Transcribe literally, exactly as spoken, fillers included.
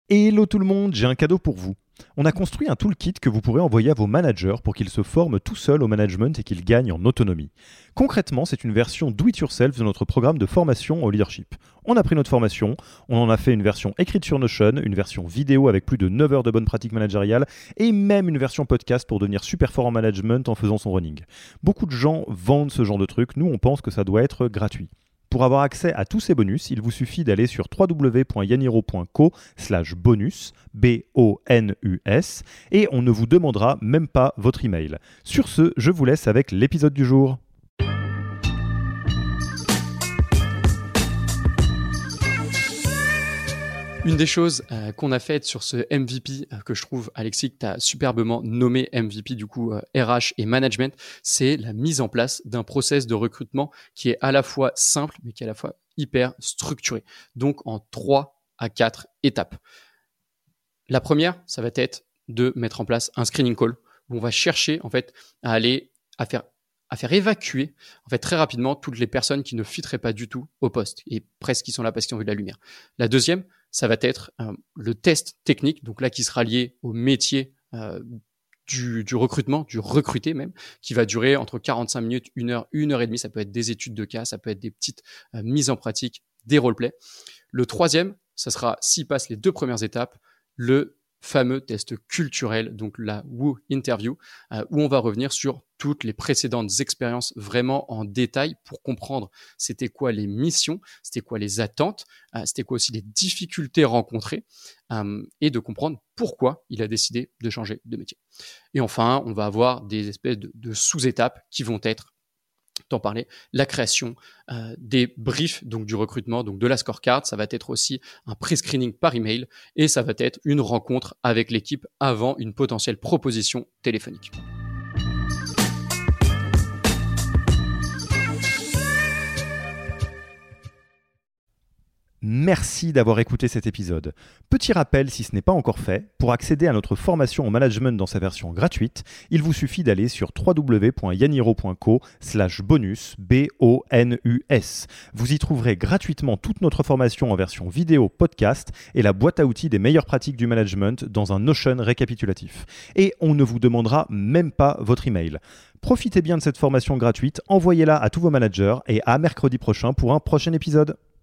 Hello tout le monde, j'ai un cadeau pour vous. On a construit un toolkit que vous pourrez envoyer à vos managers pour qu'ils se forment tout seuls au management et qu'ils gagnent en autonomie. Concrètement, c'est une version do-it-yourself de notre programme de formation au leadership. On a pris notre formation, on en a fait une version écrite sur Notion, une version vidéo avec plus de neuf heures de bonnes pratiques managériales et même une version podcast pour devenir super fort en management en faisant son running. Beaucoup de gens vendent ce genre de truc, nous on pense que ça doit être gratuit. Pour avoir accès à tous ces bonus, il vous suffit d'aller sur w w w point yaniro point co slash bonus, B O N U S, et on ne vous demandera même pas votre email. Sur ce, je vous laisse avec l'épisode du jour. Une des choses euh, qu'on a faites sur ce M V P, euh, que je trouve, Alexis, que tu as superbement nommé M V P du coup euh, R H et management, c'est la mise en place d'un process de recrutement qui est à la fois simple, mais qui est à la fois hyper structuré. Donc en trois à quatre étapes. La première, ça va être de mettre en place un screening call où on va chercher en fait à aller à faire à faire évacuer en fait très rapidement toutes les personnes qui ne fitteraient pas du tout au poste et presque qui sont là parce qu'ils ont vu de la lumière. La deuxième, ça va être euh, le test technique, donc là qui sera lié au métier euh, du, du recrutement, du recruté même, qui va durer entre quarante-cinq minutes, une heure, une heure et demie. Ça peut être des études de cas, ça peut être des petites euh, mises en pratique, des roleplays. Le troisième, ça sera, s'il passe les deux premières étapes, le fameux test culturel, donc la W O Interview, euh, où on va revenir sur toutes les précédentes expériences vraiment en détail pour comprendre c'était quoi les missions, c'était quoi les attentes, euh, c'était quoi aussi les difficultés rencontrées euh, et de comprendre pourquoi il a décidé de changer de métier. Et enfin, on va avoir des espèces de, de sous-étapes qui vont être t'en parler, la création euh, des briefs, donc du recrutement, donc de la scorecard. Ça va être aussi un pré-screening par email et ça va être une rencontre avec l'équipe avant une potentielle proposition téléphonique. Merci d'avoir écouté cet épisode. Petit rappel, si ce n'est pas encore fait, pour accéder à notre formation en management dans sa version gratuite, il vous suffit d'aller sur w w w point yaniro point co slash bonus, B O N U S. Vous y trouverez gratuitement toute notre formation en version vidéo podcast et la boîte à outils des meilleures pratiques du management dans un Notion récapitulatif. Et on ne vous demandera même pas votre email. Profitez bien de cette formation gratuite, envoyez-la à tous vos managers et à mercredi prochain pour un prochain épisode.